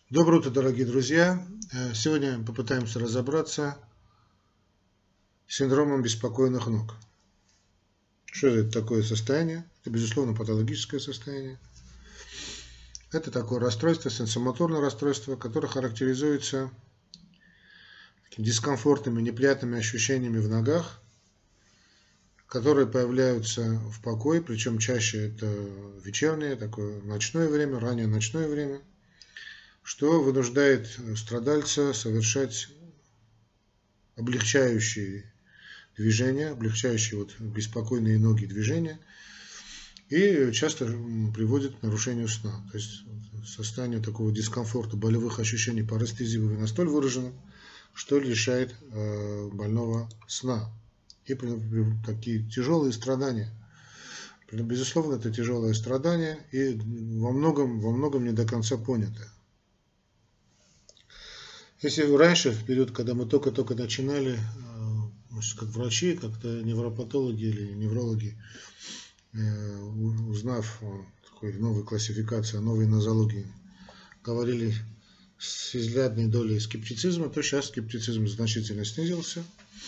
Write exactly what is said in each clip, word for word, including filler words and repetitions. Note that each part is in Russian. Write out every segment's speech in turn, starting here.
Доброе утро, дорогие друзья! Сегодня попытаемся разобраться с синдромом беспокойных ног. Что это такое состояние? Это, безусловно, патологическое состояние. Это такое расстройство, сенсомоторное расстройство, которое характеризуется дискомфортными, неприятными ощущениями в ногах, которые появляются в покое, причем чаще это вечернее, такое ночное время, раннее ночное время, что вынуждает страдальца совершать облегчающие движения, облегчающие вот беспокойные ноги движения, и часто приводит к нарушению сна. То есть состояние такого дискомфорта, болевых ощущений парестезии настолько выражено, что лишает э, больного сна. И такие тяжелые страдания. Безусловно, это тяжелое страдание и во многом, во многом не до конца понятое. Если раньше, в период, когда мы только-только начинали, как врачи, как-то невропатологи или неврологи, узнав о такой новой классификации, о новой нозологии, говорили с изрядной долей скептицизма, то сейчас скептицизм значительно снизился.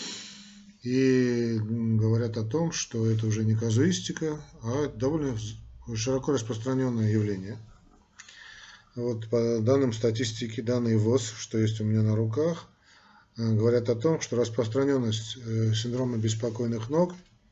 И говорят о том, что это уже не казуистика, а довольно широко распространенное явление. Вот по данным статистики, данные ВОЗ, что есть у меня на руках, говорят о том, что распространенность синдрома беспокойных ног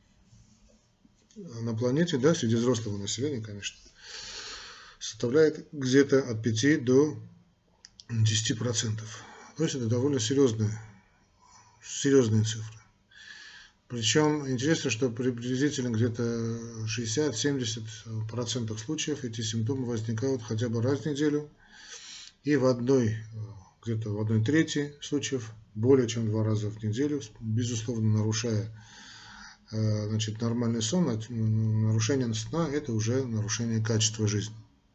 на планете, да, среди взрослого населения, конечно, составляет где-то от пяти до десяти процентов. То есть это довольно серьезные, серьезные цифры. Причем интересно, что приблизительно где-то шестьдесят-семьдесят процентов случаев эти симптомы возникают хотя бы раз в неделю, и в одной, где-то в одной трети случаев более чем два раза в неделю, безусловно нарушая значит, нормальный сон. Нарушение сна – это уже нарушение качества жизни.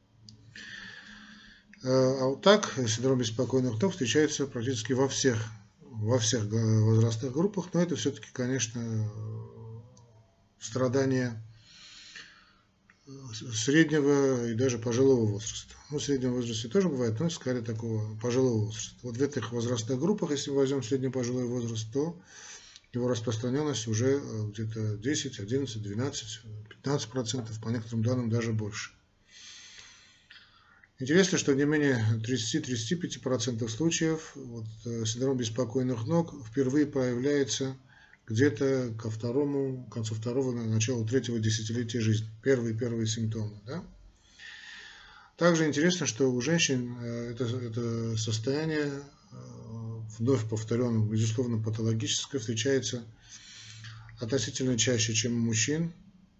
А вот так синдром беспокойных ног встречается практически во всех, во всех возрастных группах, но это все-таки, конечно, страдания среднего и даже пожилого возраста. Ну, в среднем возрасте тоже бывает, но скорее такого пожилого возраста. Вот в этих возрастных группах, если мы возьмем средний пожилой возраст, то его распространенность уже где-то десять, одиннадцать, двенадцать, пятнадцать процентов, по некоторым данным даже больше. Интересно, что не менее тридцати-тридцати пяти процентов случаев вот, синдром беспокойных ног впервые проявляется где-то ко второму, к концу второго, началу третьего десятилетия жизни. Первые первые симптомы. Да? Также интересно, что у женщин это, это состояние, вновь повторен, безусловно, патологическое, встречается относительно чаще, чем у мужчин.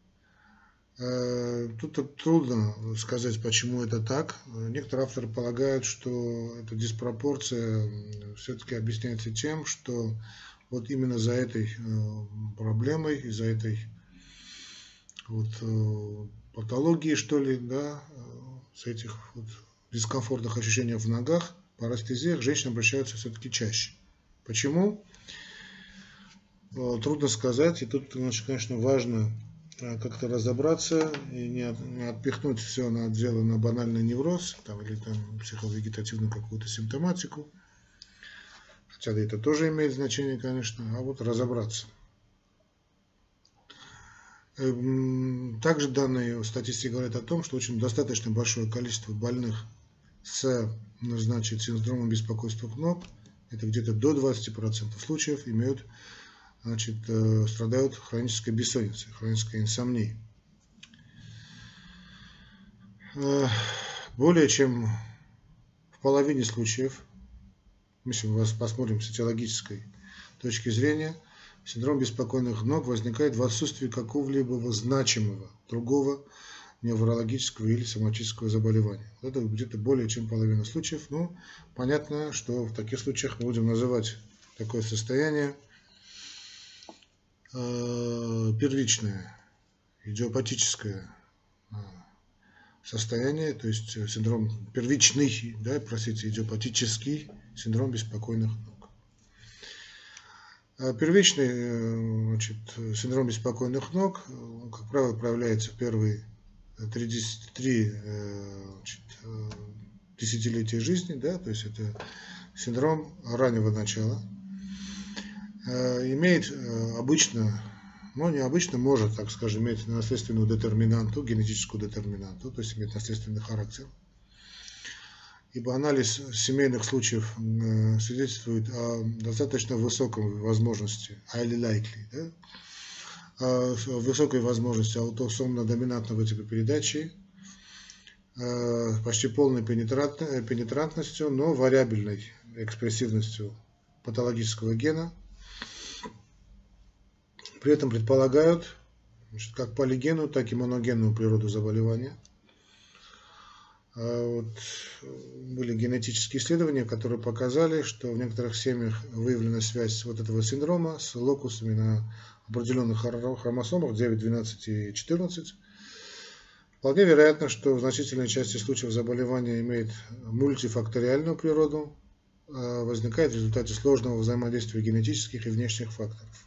Тут трудно сказать, почему это так. Некоторые авторы полагают, что эта диспропорция все-таки объясняется тем, что вот именно за этой проблемой, из-за этой вот патологии, что ли, да, с этих вот дискомфортных ощущений в ногах, парестезиях, женщины обращаются все-таки чаще. Почему? Трудно сказать, и тут, конечно, важно как-то разобраться и не, от, не отпихнуть все на дело на банальный невроз там, или там, психовегетативную какую-то симптоматику. Хотя это тоже имеет значение, конечно, а вот разобраться. Также данные статистики говорят о том, что очень достаточно большое количество больных с, значит, синдромом беспокойства ног, это где-то до двадцати процентов случаев, имеют, значит, страдают хронической бессонницей, хронической инсомнией. Более чем в половине случаев, если мы посмотрим с этиологической точки зрения, синдром беспокойных ног возникает в отсутствии какого-либо значимого другого неврологического или соматического заболевания. Это где-то более чем половина случаев. Ну, понятно, что в таких случаях мы будем называть такое состояние э, первичное, идиопатическое состояние, то есть синдром первичный, да, простите, идиопатический синдром беспокойных ног. Первичный, значит, синдром беспокойных ног, как правило, проявляется в первые три десятилетия жизни, да, то есть это синдром раннего начала, имеет обычно, ну не обычно, может, так скажем, иметь наследственную детерминанту, генетическую детерминанту, то есть имеет наследственный характер. Ибо анализ семейных случаев свидетельствует о достаточно высокой возможности, highly likely, да, о высокой возможности аутосомно-доминантного типа передачи, почти полной пенетрантностью, но вариабельной экспрессивностью патологического гена. При этом предполагают, значит, как полигенную, так и моногенную природу заболевания. Вот, были генетические исследования, которые показали, что в некоторых семьях выявлена связь вот этого синдрома с локусами на определенных хромосомах девять, двенадцать и четырнадцать. Вполне вероятно, что в значительной части случаев заболевания имеет мультифакториальную природу, возникает в результате сложного взаимодействия генетических и внешних факторов.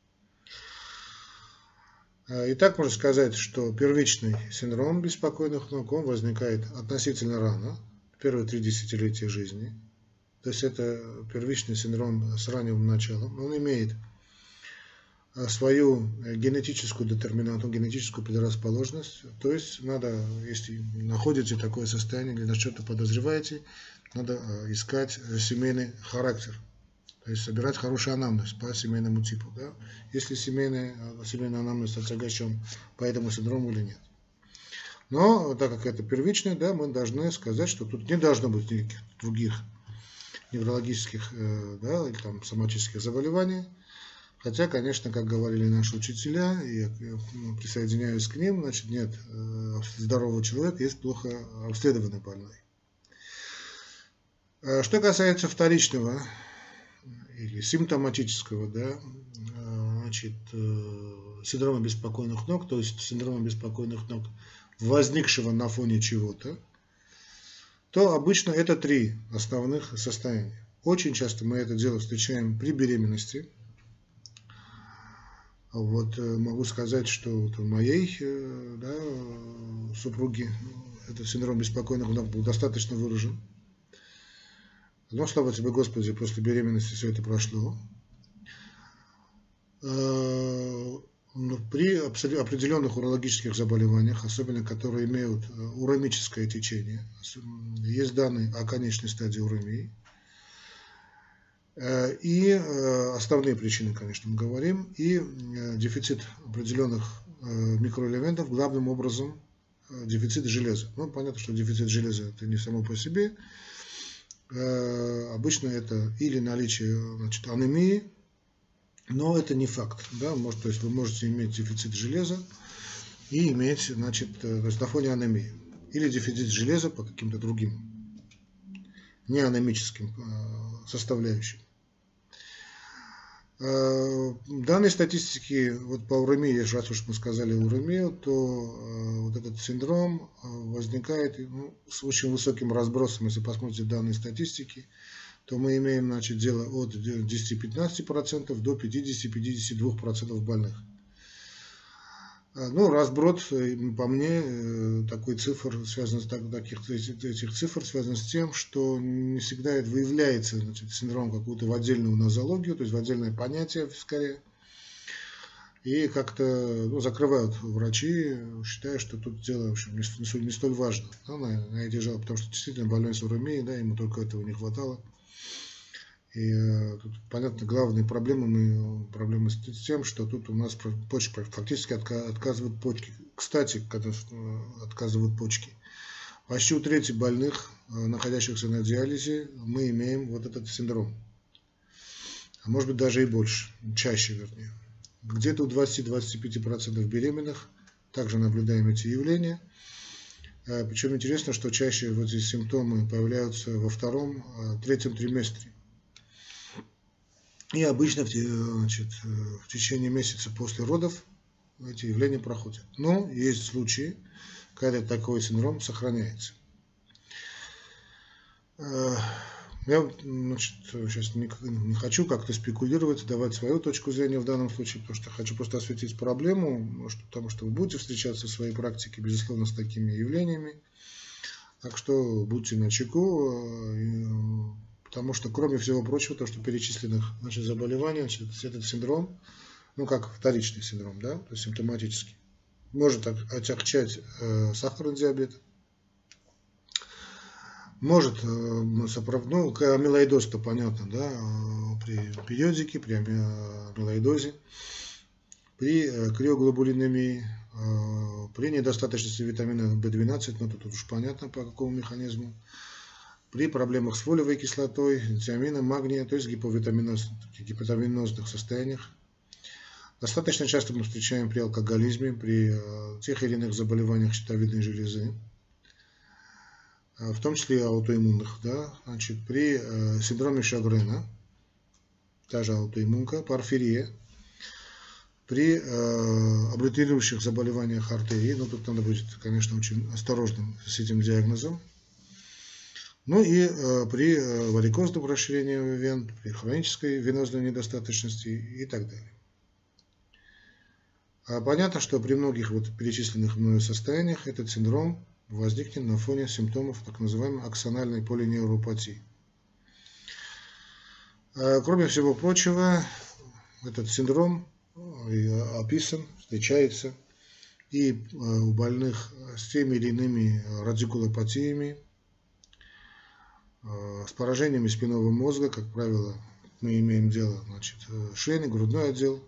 Итак, можно сказать, что первичный синдром беспокойных ног, он возникает относительно рано, первые три десятилетия жизни. То есть это первичный синдром с ранним началом. Он имеет свою генетическую детерминанту, генетическую предрасположенность. То есть надо, если находите такое состояние, или на что-то подозреваете, надо искать семейный характер. То есть собирать хороший анамнез по семейному типу. Да? Если семейный, семейный анамнез отягощен по этому синдрому или нет. Но так как это первичный, да, мы должны сказать, что тут не должно быть никаких других неврологических, да, или там соматических заболеваний. Хотя, конечно, как говорили наши учителя, и я присоединяюсь к ним, значит, нет здорового человека, есть плохо обследованный больной. Что касается вторичного или симптоматического, да, значит, синдрома беспокойных ног, то есть синдрома беспокойных ног, возникшего на фоне чего-то, то обычно это три основных состояния. Очень часто мы это дело встречаем при беременности. Вот, могу сказать, что вот у моей, да, супруги этот синдром беспокойных ног был достаточно выражен. Но, слава тебе, Господи, после беременности все это прошло. Но при определенных урологических заболеваниях, особенно которые имеют уремическое течение, есть данные о конечной стадии уремии. И основные причины, конечно, мы говорим, и дефицит определенных микроэлементов, главным образом дефицит железа. Ну, понятно, что дефицит железа это не само по себе. Обычно это или наличие, значит, анемии, но это не факт. Да? Может, то есть вы можете иметь дефицит железа и иметь, значит, то есть на фоне анемии. Или дефицит железа по каким-то другим неанемическим составляющим. Данные статистики вот по уремии, раз уж мы сказали уремию, то вот этот синдром возникает, ну, с очень высоким разбросом. Если посмотрите данные статистики, то мы имеем, значит, дело от десяти-пятнадцати процентов до пятидесяти-пятидесяти двух процентов больных. Ну, разброд, по мне, такой цифр, связан с таких этих цифр, связан с тем, что не всегда это выявляется, значит, синдром какую-то в отдельную нозологию, то есть в отдельное понятие, скорее. И как-то, ну, закрывают врачи, считая, что тут дело, в общем, не, не столь важно, да, на, на эти жалобы, потому что действительно больной с уремией, да, ему только этого не хватало. И э, тут, понятно, главные проблемы, мы, проблемы с тем, что тут у нас почки фактически отка, отказывают почки. Кстати, когда отказывают почки, почти у трети больных, находящихся на диализе, мы имеем вот этот синдром. А может быть даже и больше, чаще вернее. Где-то у двадцати-двадцати пяти процентов беременных также наблюдаем эти явления. Причем интересно, что чаще вот эти симптомы появляются во втором, третьем триместре. И обычно, значит, в течение месяца после родов эти явления проходят. Но есть случаи, когда такой синдром сохраняется. Я, значит, сейчас не, не хочу как-то спекулировать, давать свою точку зрения в данном случае, потому что хочу просто осветить проблему, потому что вы будете встречаться в своей практике, безусловно, с такими явлениями. Так что будьте начеку, потому что, кроме всего прочего, то, что перечисленных значит, заболеваний, значит, этот синдром, ну как вторичный синдром, да, то есть симптоматический, может отягчать э, сахарный диабет, может э, сопров... ну, амилоидоз-то понятно, да, при периодике, при амилоидозе, при э, криоглобулинемии, э, при недостаточности витамина бэ двенадцать, ну тут уж понятно по какому механизму, при проблемах с фолиевой кислотой, тиамином, магнием, то есть гиповитаминоз... гипотаминозных состояниях. Достаточно часто мы встречаем при алкоголизме, при э, тех или иных заболеваниях щитовидной железы, в том числе и аутоиммунных, да, значит, при э, синдроме Шагрена, та же аутоиммунка, порфирия, при э, облитерирующих заболеваниях артерии, ну тут надо быть, конечно, очень осторожным с этим диагнозом, ну и э, при э, варикозном расширении вен, при хронической венозной недостаточности и так далее. А понятно, что при многих вот перечисленных мною состояниях этот синдром возникнет на фоне симптомов так называемой аксональной полиневропатии. Кроме всего прочего, этот синдром описан, встречается и у больных с теми или иными радикулопатиями, с поражениями спинного мозга, как правило, мы имеем дело, значит, шейный, грудной отдел.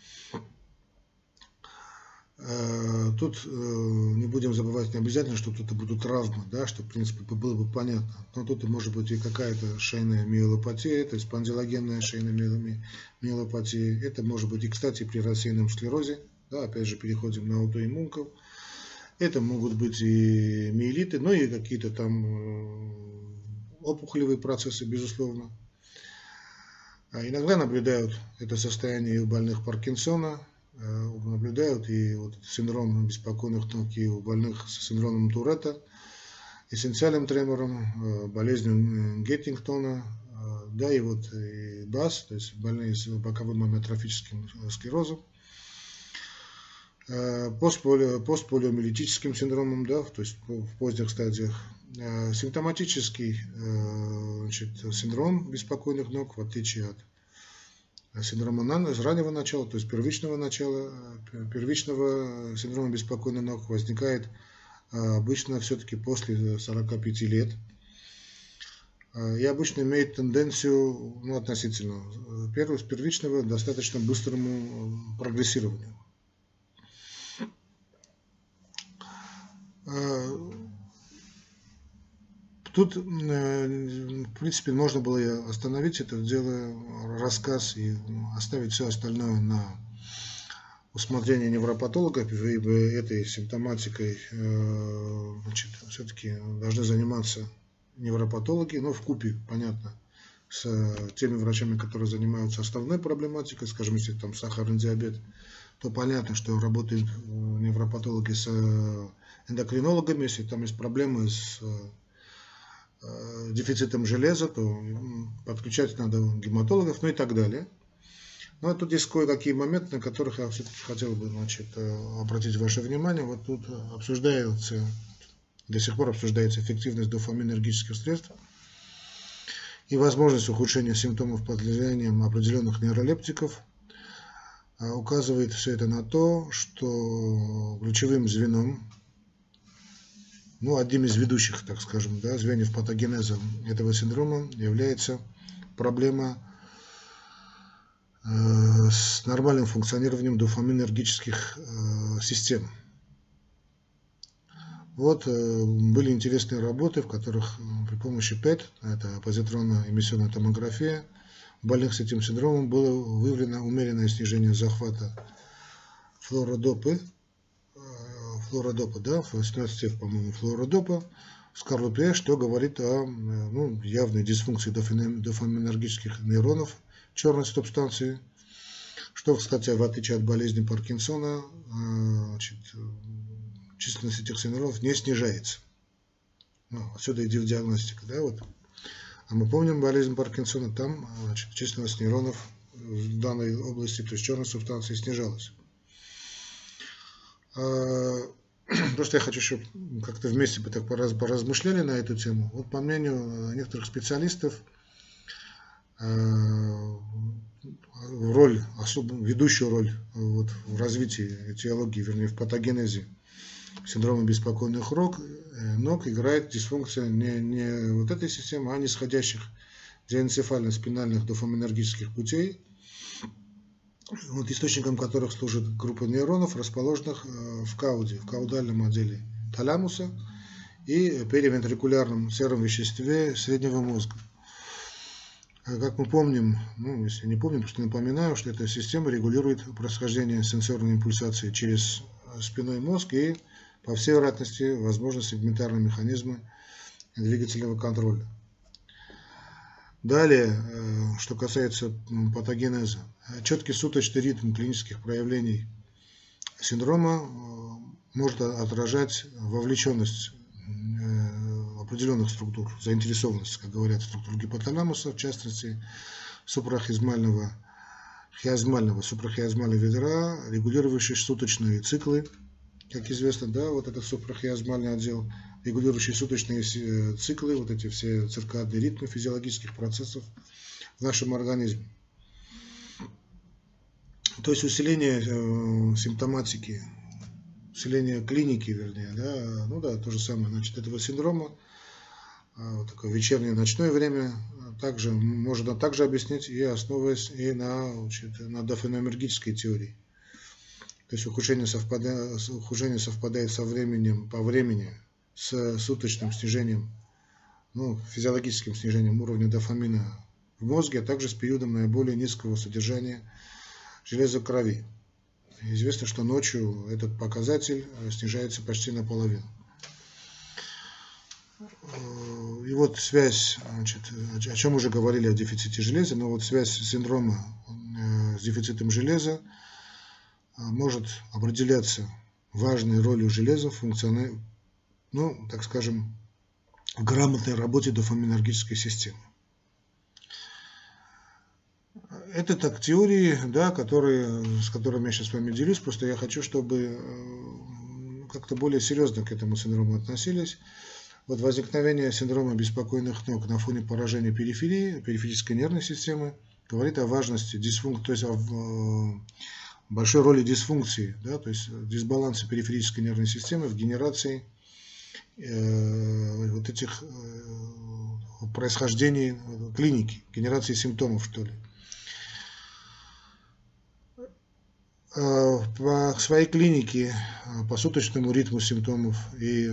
Тут не будем забывать не обязательно, что тут будут травмы, да, что в принципе было бы понятно. Но тут может быть и какая-то шейная миелопатия, то есть спондилогенная шейная миелопатия. Это может быть и, кстати, при рассеянном склерозе, да, опять же переходим на аутоиммунку. Это могут быть и миелиты, но и какие-то там опухолевые процессы, безусловно. Иногда наблюдают это состояние у больных Паркинсона, наблюдают и вот синдром беспокойных ног и у больных с синдромом Туретта, эссенциальным тремором, болезнью Геттингтона, да и вот и БАС, то есть больные с боковым амиотрофическим склерозом, постполиомиелитическим синдромом, да, то есть в поздних стадиях, симптоматический значит, синдром беспокойных ног, в отличие от синдрома с раннего начала, то есть первичного начала, первичного синдрома беспокойных ног возникает обычно все-таки после сорока пяти лет. И обычно имеет тенденцию, ну, относительно первого, первичного достаточно быстрому прогрессированию. Тут, в принципе, можно было остановить это дело, рассказ и оставить все остальное на усмотрение невропатолога, ибо этой симптоматикой значит, все-таки должны заниматься невропатологи, но вкупе, понятно, с теми врачами, которые занимаются основной проблематикой, скажем, если там сахарный диабет, то понятно, что работают невропатологи с эндокринологами, если там есть проблемы с дефицитом железа, то подключать надо гематологов, ну и так далее. Но тут есть кое-какие моменты, на которых я все-таки хотел бы значит, обратить ваше внимание. Вот тут обсуждается, до сих пор обсуждается эффективность дофаминергических средств и возможность ухудшения симптомов под влиянием определенных нейролептиков. Указывает все это на то, что ключевым звеном, ну, одним из ведущих, так скажем, да, звеньев патогенеза этого синдрома является проблема э, с нормальным функционированием дофаминергических э, систем. Вот э, были интересные работы, в которых э, при помощи ПЭТ, это позитронно-эмиссионная томография, у больных с этим синдромом было выявлено умеренное снижение захвата флуородопы, флуородопа, да, восемнадцать эф, по-моему, флуородопа в скорлупе, что говорит о ну, явной дисфункции дофаминергических нейронов черной субстанции, что, кстати, в отличие от болезни Паркинсона, значит, численность этих нейронов не снижается. Ну, отсюда идет диагностика, да, вот. А мы помним болезнь Паркинсона, там значит, численность нейронов в данной области, то есть черной субстанции, снижалась. Просто я хочу, чтобы как-то вместе бы так пораз, поразмышляли на эту тему. Вот по мнению некоторых специалистов, роль, особо ведущую роль вот, в развитии этиологии, вернее, в патогенезе синдрома беспокойных ног, ног играет дисфункция не, не вот этой системы, а нисходящих диэнцефально-спинальных дофаминергических путей, вот, источником которых служит группа нейронов, расположенных в кауде, в каудальном отделе таламуса и перивентрикулярном сером веществе среднего мозга. Как мы помним, ну, если не помним, просто напоминаю, что эта система регулирует происхождение сенсорной импульсации через спинной мозг и, по всей вероятности, возможны сегментарные механизмы двигательного контроля. Далее, что касается патогенеза, четкий суточный ритм клинических проявлений синдрома может отражать вовлеченность определенных структур, заинтересованность, как говорят, структур гипоталамуса, в частности, супрахиазмального, хиазмального, супрахиазмального ядра, регулирующие суточные циклы, как известно, да, вот этот супрахиазмальный отдел, регулирующий суточные циклы, вот эти все циркадные ритмы физиологических процессов в нашем организме. То есть усиление э, симптоматики, усиление клиники, вернее, да, ну да, то же самое, значит, этого синдрома, вот такое вечернее ночное время, также можно также объяснить и основываясь и на, значит, на дофаминергической теории. То есть ухудшение совпадает, ухудшение совпадает со временем, по времени с суточным снижением, ну, физиологическим снижением уровня дофамина в мозге, а также с периодом наиболее низкого содержания железа в крови. Известно, что ночью этот показатель снижается почти наполовину. И вот связь, значит, о чем уже говорили, о дефиците железа, но вот связь синдрома с дефицитом железа может определяться важной ролью железа в функциональной, ну, так скажем, в грамотной работе дофаминергической системы. Это так теории, да, которые, с которыми я сейчас с вами делюсь, просто я хочу, чтобы как-то более серьезно к этому синдрому относились. Вот возникновение синдрома беспокойных ног на фоне поражения периферии, периферической нервной системы, говорит о важности дисфункции, то есть о большой роли дисфункции, да, то есть дисбаланса периферической нервной системы в генерации э, вот этих э, происхождений клиники, генерации симптомов, что ли. По своей клинике, по суточному ритму симптомов и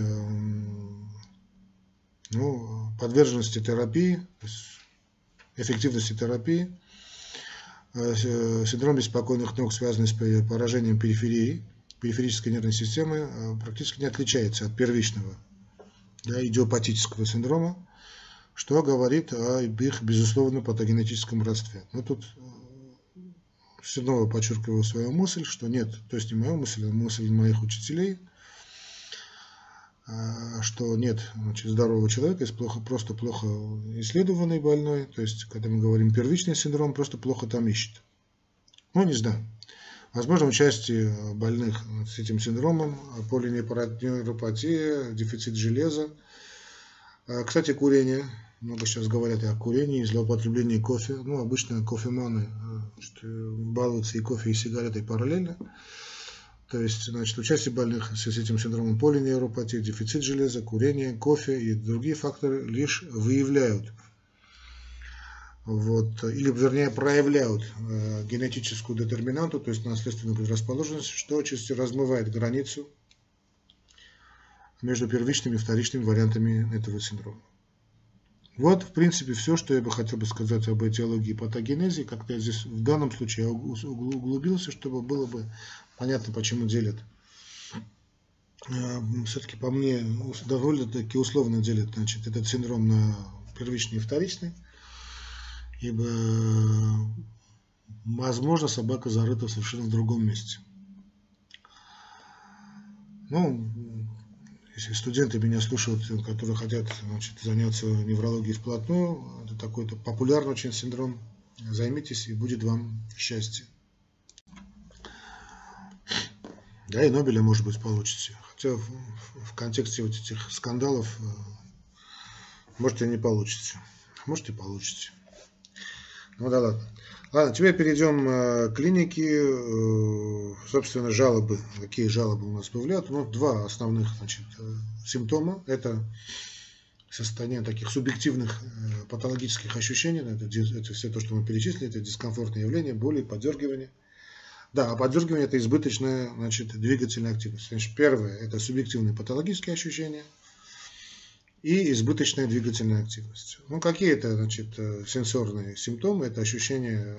ну, подверженности терапии, эффективности терапии, синдром беспокойных ног, связанный с поражением периферии, периферической нервной системы, практически не отличается от первичного, да, идиопатического синдрома, что говорит о их, безусловно, патогенетическом родстве. Но тут снова подчеркиваю свою мысль, что нет, то есть не моя мысль, а мысль моих учителей, что нет, значит, здорового человека, есть плохо, просто плохо исследованный больной, то есть когда мы говорим первичный синдром, просто плохо там ищет. Ну, не знаю. Возможно, у части больных с этим синдромом полинейропатия, дефицит железа. Кстати, курение. Много сейчас говорят о курении, злоупотреблении кофе. Ну, обычно кофеманы балуются и кофе, и сигаретой параллельно. То есть, значит, у части больных с этим синдромом полинейропатии, дефицит железа, курение, кофе и другие факторы лишь выявляют, вот, или, вернее, проявляют э, генетическую детерминанту, то есть наследственную предрасположенность, что отчасти размывает границу между первичными и вторичными вариантами этого синдрома. Вот, в принципе, все, что я бы хотел бы сказать об этиологии и патогенезе. Как-то я здесь в данном случае углубился, чтобы было бы понятно, почему делят. Все-таки по мне довольно-таки условно делят, значит, этот синдром на первичный и вторичный, ибо, возможно, собака зарыта совершенно в другом месте. Ну, если студенты меня слушают, которые хотят, значит, заняться неврологией вплотную, это такой-то популярный очень синдром, займитесь, и будет вам счастье. Да, и Нобеля, может быть, получите. хотя в, в контексте вот этих скандалов может и не получится. Может и получится. Ну да ладно. Ладно, теперь перейдем к клинике, собственно, жалобы. Какие жалобы у нас появляются? Ну, два основных, значит, симптома. Это состояние таких субъективных патологических ощущений. Это, это все то, что мы перечислили. Это дискомфортные явления, боли, подергивания. Да, а подергивание – это избыточная, значит, двигательная активность. Значит, первое – это субъективные патологические ощущения и избыточная двигательная активность. Ну, какие это, значит, сенсорные симптомы? Это ощущение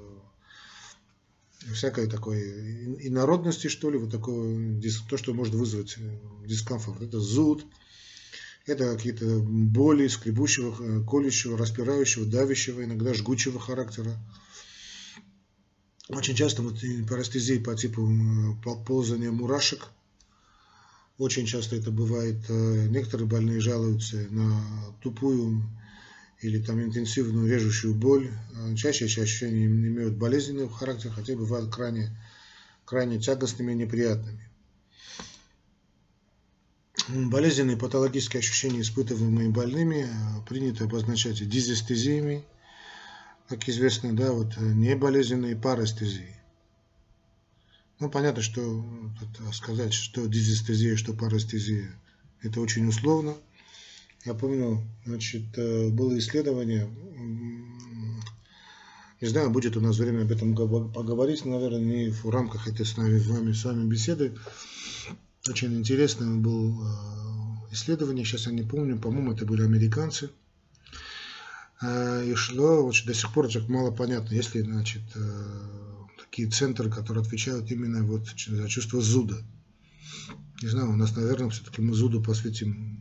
всякой такой инородности, что ли, вот такое, то, что может вызвать дискомфорт. Это зуд, это какие-то боли скребущего, колющего, распирающего, давящего, иногда жгучего характера. Очень часто вот парестезии по типу ползания мурашек. Очень часто это бывает. Некоторые больные жалуются на тупую или там интенсивную режущую боль. Чаще эти ощущения имеют болезненный характер, хотя бывают крайне, крайне тягостными и неприятными. Болезненные патологические ощущения, испытываемые больными, принято обозначать дизестезиями, как известно, да, вот неболезненные парестезии. Ну, понятно, что сказать, что дизестезия, что парестезия, это очень условно. Я помню, значит, было исследование, не знаю, будет у нас время об этом поговорить, наверное, не в рамках этой с нами, с вами, с вами беседы. Очень интересное было исследование, сейчас я не помню, по-моему, это были американцы. И шло, вот до сих пор так мало понятно, если, значит, такие центры, которые отвечают именно вот за чувство зуда. Не знаю, у нас, наверное, все-таки мы зуду посвятим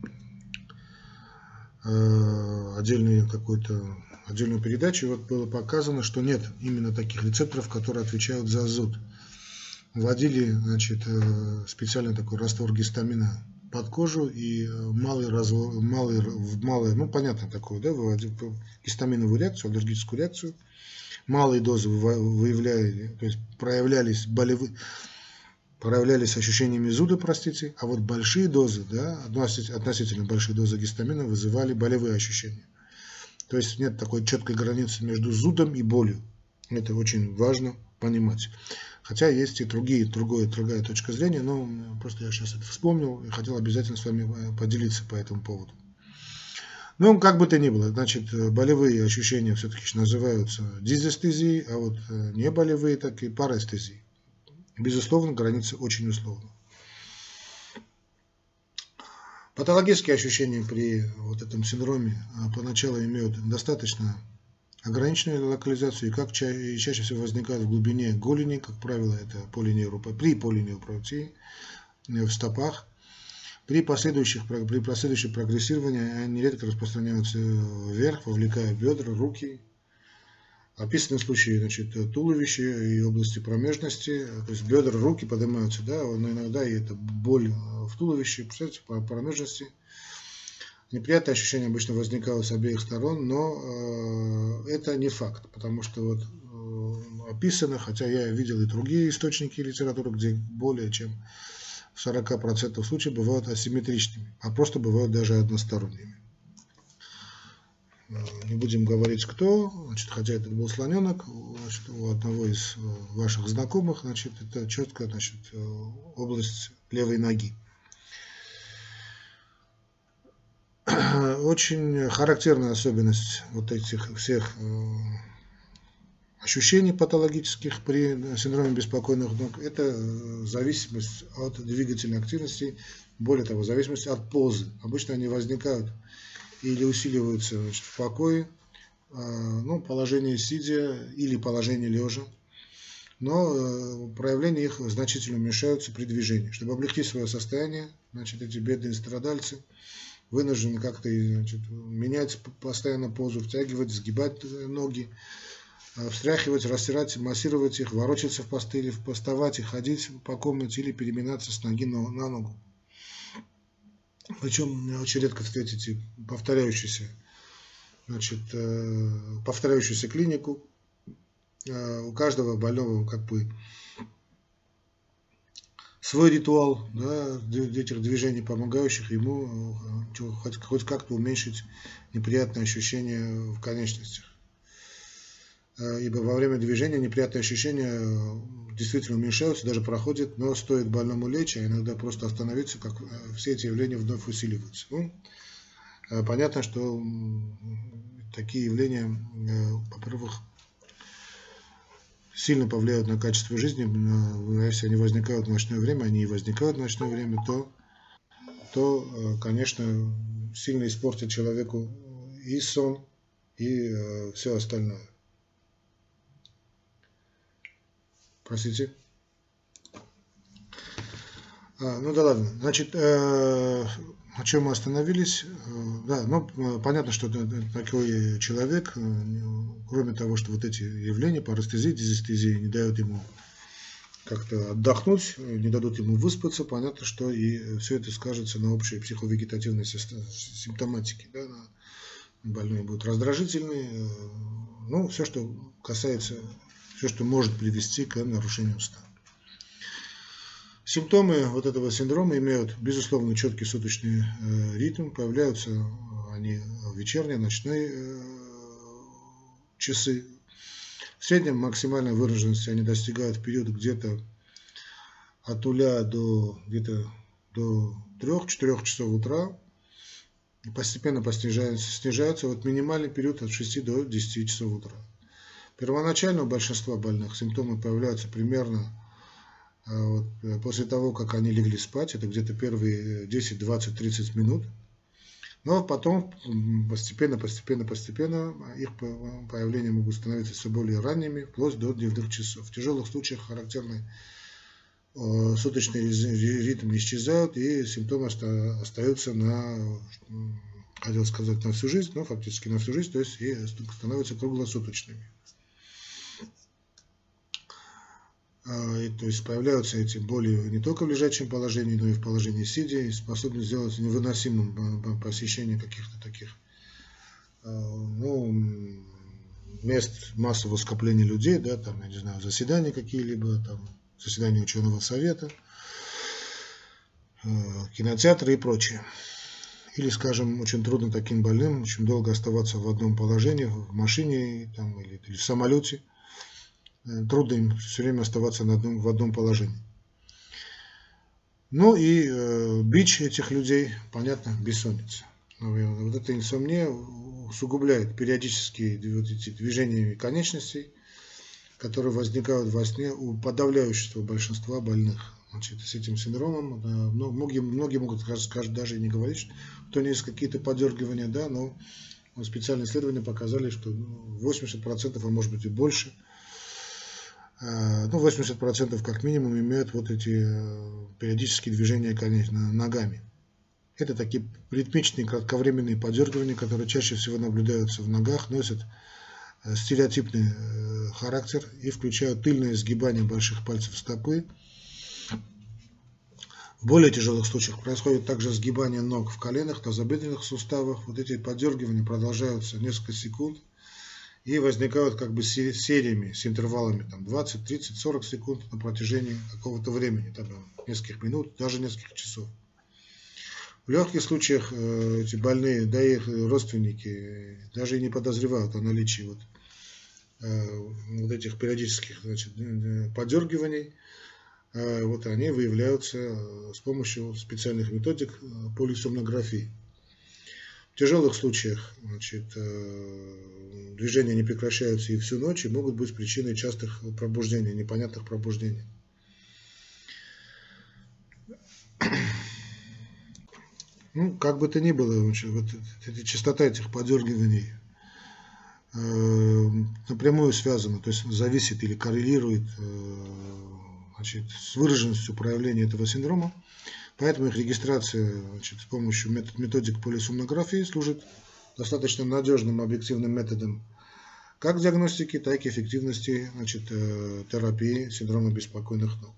отдельную какую-то отдельную передачу. И вот было показано, что нет именно таких рецепторов, которые отвечают за зуд. Вводили, значит, специальный такой раствор гистамина под кожу и малый развод, малый, малый, ну понятно такое, да, выводил гистаминовую реакцию, аллергическую реакцию. Малые дозы выявляли, то есть проявлялись болевые, проявлялись ощущениями зуда, простите, а вот большие дозы, да, относительно большие дозы гистамина вызывали болевые ощущения. То есть нет такой четкой границы между зудом и болью. Это очень важно понимать. Хотя есть и другие, другое, другая точка зрения, но просто я сейчас это вспомнил и хотел обязательно с вами поделиться по этому поводу. Ну, как бы то ни было, значит, болевые ощущения все-таки называются дизестезией, а вот не болевые, так и парестезией. Безусловно, граница очень условна. Патологические ощущения при вот этом синдроме поначалу имеют достаточно ограниченную локализацию, и как ча и чаще всего возникают в глубине голени, как правило, это полиневропатия, при полиневропатии в стопах. При последующих, при последующем прогрессировании они редко распространяются вверх, вовлекая бедра, руки. Описаны случаи, значит, туловища и области промежности, то есть бедра, руки поднимаются, да, но иногда и это боль в туловище, представляете, по промежности. Неприятные ощущения обычно возникают с обеих сторон, но э, это не факт, потому что вот э, описано, хотя я видел и другие источники литературы, где более чем в сорока процентах случаев бывают асимметричными, а просто бывают даже односторонними. Не будем говорить кто, значит, хотя это был слоненок, значит, у одного из ваших знакомых, значит, это четко, значит, область левой ноги. Очень характерная особенность вот этих всех ощущений патологических при синдроме беспокойных ног – это зависимость от двигательной активности, более того, зависимость от позы. Обычно они возникают или усиливаются, значит, в покое, ну, положение сидя или положение лежа, но проявления их значительно уменьшаются при движении. Чтобы облегчить свое состояние, значит, эти бедные страдальцы вынуждены как-то, значит, менять постоянно позу, втягивать, сгибать ноги, встряхивать, растирать, массировать их, ворочаться в постели, вставать и ходить по комнате или переминаться с ноги на ногу. Причем очень редко встретите повторяющуюся, значит, повторяющуюся клинику. У каждого больного как бы свой ритуал, да, этих движений, помогающих ему хоть, хоть как-то уменьшить неприятные ощущения в конечностях. Ибо во время движения неприятные ощущения действительно уменьшаются, даже проходят, но стоит больному лечь, а иногда просто остановиться, как все эти явления вновь усиливаются. Ну, понятно, что такие явления, во-первых, сильно повлияют на качество жизни. Если они возникают в ночное время, они и возникают в ночное время, то, то конечно, сильно испортят человеку и сон, и все остальное. Простите. А, ну да ладно. Значит, э, на чем мы остановились? Э, да, ну понятно, что такой человек, э, кроме того, что вот эти явления, парестезии, дизестезии не дают ему как-то отдохнуть, не дадут ему выспаться, понятно, что и все это скажется на общей психовегетативной симптоматике. Да, больные будут раздражительные, э, ну, все, что касается, все, что может привести к нарушению сна. Симптомы вот этого синдрома имеют, безусловно, четкий суточный э, ритм, появляются они в вечерние, ночные э, часы. В среднем максимальной выраженности они достигают в период где-то от нуля до где-то до трёх-четырёх часов утра, постепенно снижаются, снижаются вот минимальный период от шести до десяти часов утра. Первоначально у большинства больных симптомы появляются примерно вот, после того, как они легли спать, это где-то первые десять, двадцать, тридцать минут. Но потом постепенно, постепенно, постепенно их появления могут становиться все более ранними, вплоть до дневных часов. В тяжелых случаях характерный суточный ритм не исчезают, и симптомы остаются на, хотел сказать, на всю жизнь, но фактически на всю жизнь, то есть и становятся круглосуточными. И, то есть появляются эти боли не только в лежачем положении, но и в положении сидя, и способны сделать невыносимым посещение каких-то таких ну, мест массового скопления людей, да, там, я не знаю, заседания какие-либо, там, заседания ученого совета, кинотеатры и прочее. Или, скажем, очень трудно таким больным очень долго оставаться в одном положении, в машине там, или, или в самолете. Трудно им все время оставаться на одном, в одном положении. Ну и э, бич этих людей, понятно, бессонница. Вот эта инсомния усугубляет периодические вот эти движения конечностей, которые возникают во сне у подавляющего большинства больных. Значит, с этим синдромом да, многие, многие могут скажут, даже и не говорить, что то есть какие-то подергивания, да, но специальные исследования показали, что восемьдесят процентов, а может быть и больше, ну, восемьдесят процентов как минимум имеют вот эти периодические движения, конечно, ногами. Это такие ритмичные кратковременные подергивания, которые чаще всего наблюдаются в ногах, носят стереотипный характер и включают тыльное сгибание больших пальцев стопы. В более тяжелых случаях происходит также сгибание ног в коленах, тазобедренных суставах. Вот эти подергивания продолжаются несколько секунд и возникают как бы сериями, с интервалами там, двадцать, тридцать, сорок секунд на протяжении какого-то времени, там, нескольких минут, даже нескольких часов. В легких случаях э, эти больные, да и их родственники даже и не подозревают о наличии вот, э, вот этих периодических, значит, подергиваний. Э, вот они выявляются с помощью специальных методик полисомнографии. В тяжелых случаях, значит, э, движения не прекращаются и всю ночь, и могут быть причиной частых пробуждений, непонятных пробуждений. Ну, как бы то ни было, вот эта частота этих подергиваний э, напрямую связана, то есть зависит или коррелирует э, значит, с выраженностью проявления этого синдрома. Поэтому их регистрация значит, с помощью методик полисомнографии служит достаточно надежным объективным методом как диагностики, так и эффективности значит, э, терапии синдрома беспокойных ног.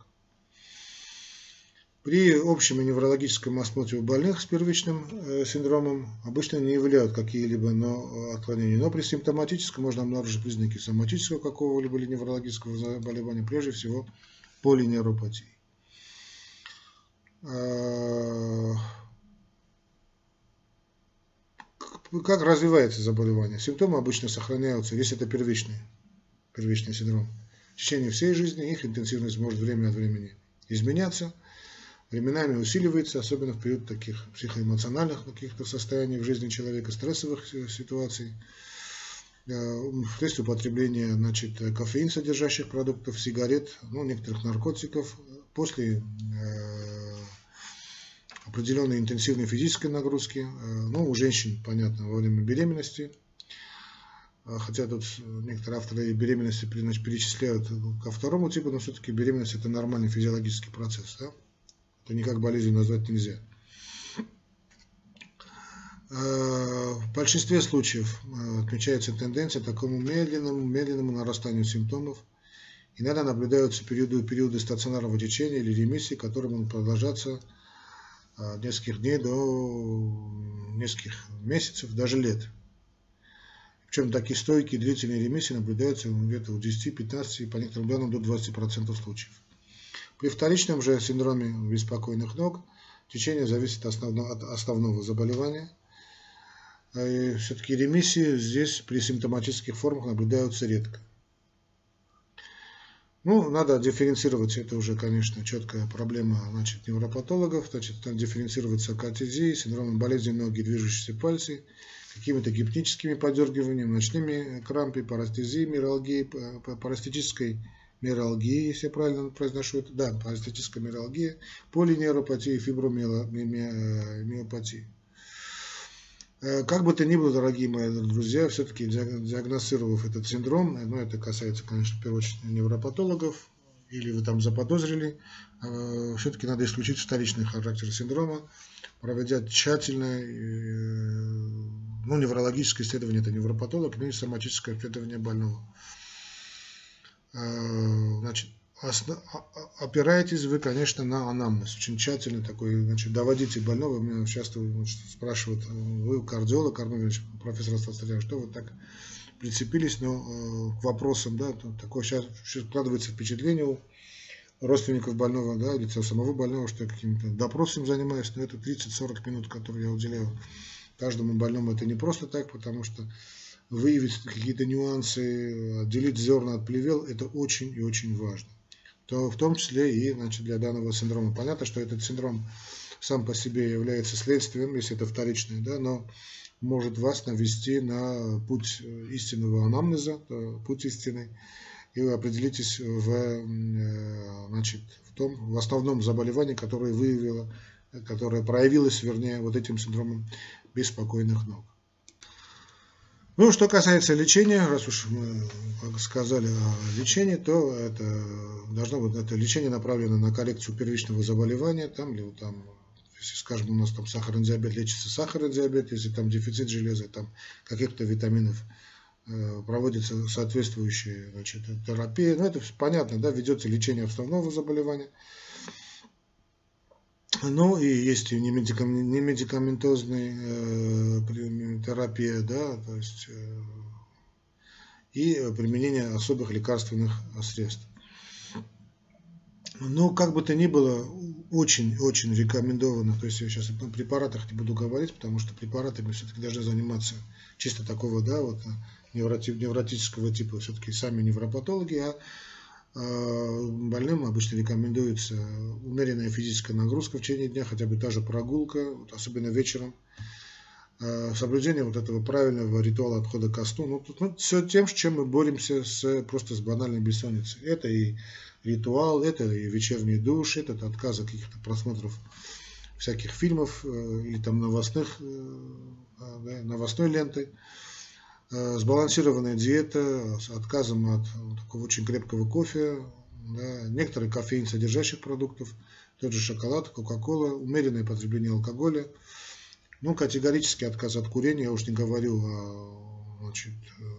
При общем неврологическом осмотре у больных с первичным э, синдромом обычно не являют какие-либо но, отклонения, но при симптоматическом можно обнаружить признаки соматического какого-либо или неврологического заболевания, прежде всего полинейропатии. Как развивается заболевание? Симптомы обычно сохраняются, если это первичный, первичный синдром. В течение всей жизни их интенсивность может время от времени изменяться, временами усиливается, особенно в период таких психоэмоциональных каких-то состояний в жизни человека, стрессовых ситуаций. То есть употребление, значит, кофеин содержащих продуктов, сигарет, ну, некоторых наркотиков после э, определенной интенсивной физической нагрузки, э, ну, у женщин, понятно, во время беременности, хотя тут некоторые авторы беременности, значит, перечисляют ко второму типу, но все-таки беременность это нормальный физиологический процесс, да? Это никак болезнь назвать нельзя. В большинстве случаев отмечается тенденция к такому медленному, медленному нарастанию симптомов. Иногда наблюдаются периоды, периоды стационарного течения или ремиссии, которые могут продолжаться от нескольких дней до нескольких месяцев, даже лет. Причем такие стойкие длительные ремиссии наблюдаются где-то у десяти-пятнадцати, по некоторым данным до двадцати процентов случаев. При вторичном же синдроме беспокойных ног течение зависит от основного, от основного заболевания. И все-таки ремиссии здесь при симптоматических формах наблюдаются редко. Ну, надо дифференцировать, это уже, конечно, четкая проблема, значит, невропатологов, значит, надо дифференцировать саркоатезией, синдромом болезни ноги, движущиеся пальцы, какими-то гипническими подергиваниями, ночными крампами, парестезией, миалгией, парестетической миалгией, если я правильно произношу это, да, парестетическая миалгия, полинейропатией, фибромиопатией. Как бы то ни было, дорогие мои друзья, все-таки диагностировав этот синдром, ну, это касается, конечно, в первую очередь невропатологов, или вы там заподозрили, все-таки надо исключить вторичный характер синдрома, проведя тщательное, ну, неврологическое исследование, это невропатолог, ну и соматическое исследование больного. Значит, опираетесь вы, конечно, на анамнез, очень тщательно такой, значит, доводите больного, меня часто спрашивают, вы кардиолог, Арнович, профессор Астафьев, что вы так прицепились, но к вопросам, да, такое сейчас складывается впечатление у родственников больного, да, или самого больного, что я каким-то допросом занимаюсь, но это тридцать-сорок минут, которые я уделяю каждому больному, это не просто так, потому что выявить какие-то нюансы, отделить зерна от плевел, это очень и очень важно. То в том числе и, значит, для данного синдрома. Понятно, что этот синдром сам по себе является следствием, если это вторичное, да, но может вас навести на путь истинного анамнеза, путь истины, и вы определитесь в, значит, в том, в основном заболевании, которое выявило, которое проявилось, вернее, вот этим синдромом беспокойных ног. Ну, что касается лечения, раз уж мы сказали о лечении, то это должно быть, это лечение направлено на коррекцию первичного заболевания, там, или там, если, скажем, у нас там сахарный диабет, лечится сахарный диабет, если там дефицит железа, там каких-то витаминов, э, проводится соответствующая, значит, терапия, ну, это понятно, да, ведется лечение основного заболевания. Ну и есть и немедикаментозная э, терапия, да, то есть э, и применение особых лекарственных средств. Но как бы то ни было, очень-очень рекомендовано, то есть я сейчас о препаратах не буду говорить, потому что препаратами все-таки должны заниматься чисто такого, да, вот невротического типа, все-таки сами невропатологи, а больным обычно рекомендуется умеренная физическая нагрузка в течение дня, хотя бы та же прогулка, вот особенно вечером, соблюдение вот этого правильного ритуала отхода ко сну. Ну, тут, ну, все тем, с чем мы боремся с, просто с банальной бессонницей. Это и ритуал, это и вечерний душ, это отказ от каких-то просмотров всяких фильмов или там новостных, да, новостной ленты. Сбалансированная диета с отказом от такого очень крепкого кофе, да, некоторые кофеин содержащих продуктов, тот же шоколад, кока-кола, умеренное потребление алкоголя, ну, категорический отказ от курения, я уж не говорю о, значит,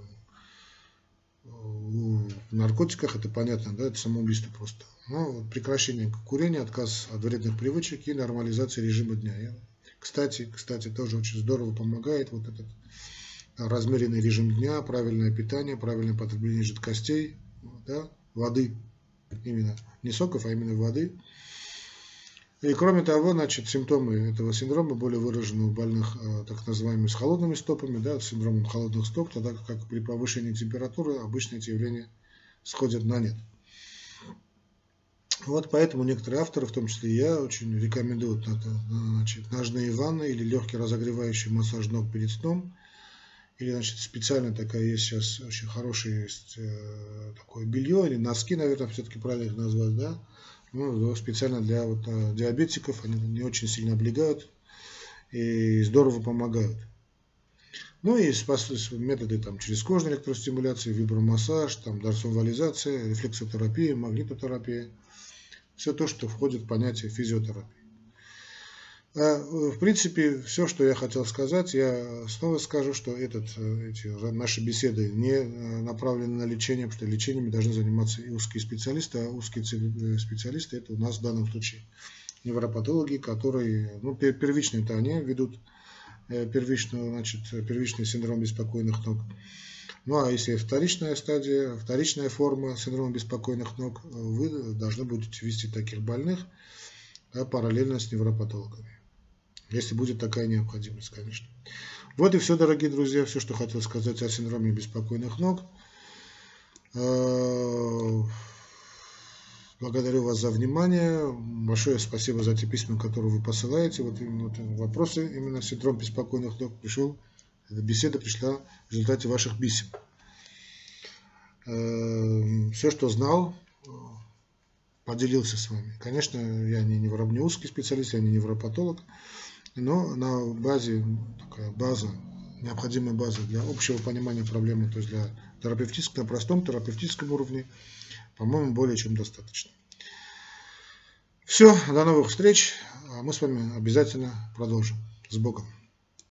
о наркотиках, это понятно, да, это самоубийство просто. Но вот прекращение курения, отказ от вредных привычек и нормализация режима дня. И, кстати, кстати, тоже очень здорово помогает вот этот размеренный режим дня, правильное питание, правильное потребление жидкостей, да, воды, именно не соков, а именно воды. И кроме того, значит, симптомы этого синдрома более выражены у больных так называемыми с холодными стопами, да, с синдромом холодных стоп, тогда как при повышении температуры обычно эти явления сходят на нет. Вот поэтому некоторые авторы, в том числе и я, очень рекомендуют значит, ножные ванны или легкий разогревающий массаж ног перед сном. Или, значит, специально такая есть сейчас очень хорошее есть э, такое белье, или носки, наверное, все-таки правильно их назвать, да. Ну, специально для вот, диабетиков, они не очень сильно облегают и здорово помогают. Ну и методы там, через кожную электростимуляцию, вибромассаж, там, дорсовализация, рефлексотерапия, магнитотерапия. Все то, что входит в понятие физиотерапии. А, в принципе, все, что я хотел сказать, я снова скажу, что этот, эти наши беседы не направлены на лечение, потому что лечением должны заниматься и узкие специалисты, а узкие специалисты это у нас в данном случае невропатологи, которые, ну, первично это они ведут первичную, значит, первичный синдром беспокойных ног. Ну а если вторичная стадия, вторичная форма синдрома беспокойных ног, вы должны будете вести таких больных, да, параллельно с невропатологами. Если будет такая необходимость, конечно. Вот и все, дорогие друзья, все, что хотел сказать о синдроме беспокойных ног. Благодарю вас за внимание. Большое спасибо за те письма, которые вы посылаете. Вот именно вот вопросы, именно синдром беспокойных ног пришел. Эта беседа пришла в результате ваших писем. Все, что знал, поделился с вами. Конечно, я не, не узкий специалист, я не невропатолог, но на базе, такая база, необходимая база для общего понимания проблемы, то есть для терапевтического, на простом терапевтическом уровне, по-моему, более чем достаточно. Все, до новых встреч, а мы с вами обязательно продолжим. С Богом.